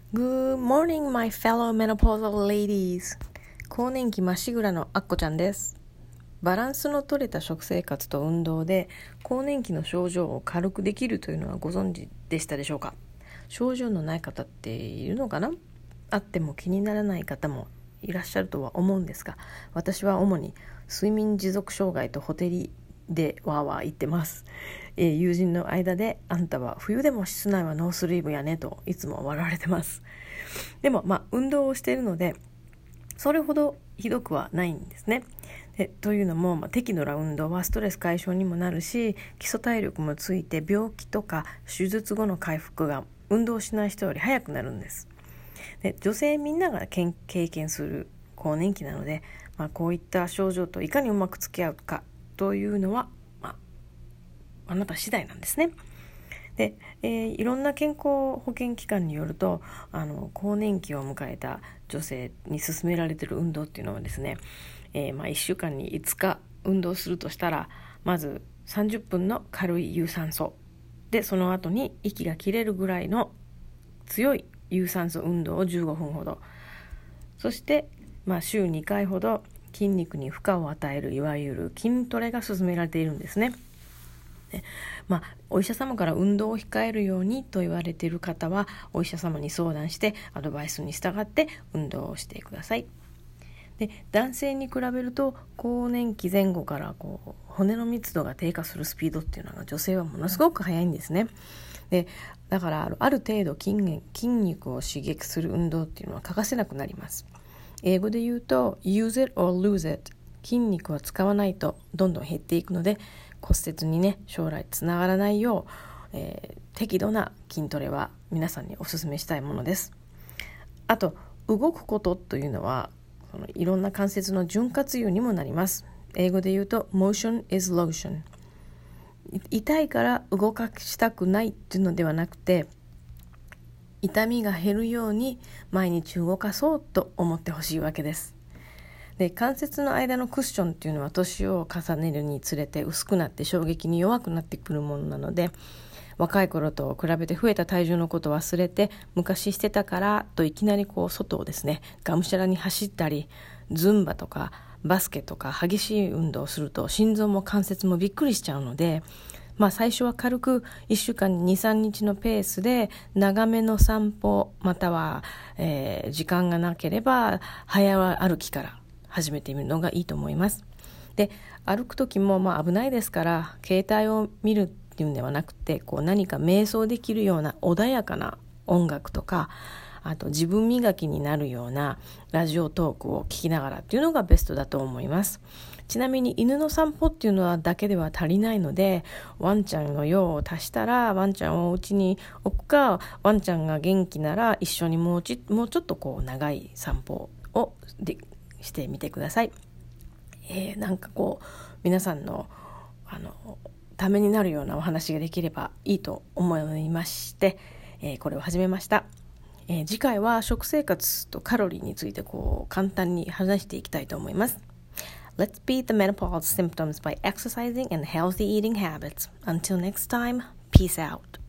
Good morning, my fellow menopausal ladies. 更年期まっしぐらのあっこちゃんです。バランスの取れた食生活と運動で更年期の症状を軽くできるというのはご存知でしたでしょうか。症状のない方っているのかな。あっても気にならない方もいらっしゃるとは思うんですが、私は主に睡眠持続障害とほてりでわーわー言ってます。友人の間であんたは冬でも室内はノースリーブやねといつも笑われてます。でも運動をしているのでそれほどひどくはないんですね。というのも、適度な運動はストレス解消にもなるし、基礎体力もついて病気とか手術後の回復が運動しない人より早くなるんです。女性みんなが経験する更年期なので、こういった症状といかにうまく付き合うかというのは、あなた次第なんですね。で、いろんな健康保険機関によると更年期を迎えた女性に勧められている運動っていうのはですね、1週間に5日運動するとしたら、まず30分の軽い有酸素で、その後に息が切れるぐらいの強い有酸素運動を15分ほど、そして、週2回ほど筋肉に負荷を与えるいわゆる筋トレが勧められているんですね。お医者様から運動を控えるようにと言われている方はお医者様に相談してアドバイスに従って運動をしてください。で、男性に比べると更年期前後から骨の密度が低下するスピードっていうのが女性はものすごく速いんですね。で、だからある程度筋肉を刺激する運動っていうのは欠かせなくなります。英語で言うと use it or lose it、 筋肉は使わないとどんどん減っていくので骨折にね将来つながらないよう、適度な筋トレは皆さんにお勧めしたいものです。あと動くことというのはいろんな関節の潤滑油にもなります。英語で言うと motion is lotion。 痛いから動かしたくないっていうのではなくて、痛みが減るように毎日動かそうと思ってほしいわけです。で、関節の間のクッションっていうのは年を重ねるにつれて薄くなって衝撃に弱くなってくるものなので、若い頃と比べて増えた体重のことを忘れて、昔してたからといきなり外をですねがむしゃらに走ったり、ズンバとかバスケとか激しい運動をすると心臓も関節もびっくりしちゃうので、最初は軽く1週間に 2,3 日のペースで長めの散歩、または、時間がなければ早歩きから始めてみるのがいいと思います。で、歩く時も危ないですから、携帯を見るっていうんではなくて、何か瞑想できるような穏やかな音楽とか、あと自分磨きになるようなラジオトークを聞きながらっていうのがベストだと思います。ちなみに犬の散歩っていうのはだけでは足りないので、ワンちゃんの用を足したらワンちゃんをお家に置くか、ワンちゃんが元気なら一緒にもうちょっと長い散歩をしてみてください。皆さんのためになるようなお話ができればいいと思いまして、これを始めました。次回は食生活とカロリーについて簡単に話していきたいと思います。Let's beat the menopause symptoms by exercising and healthy eating habits. Until next time, peace out.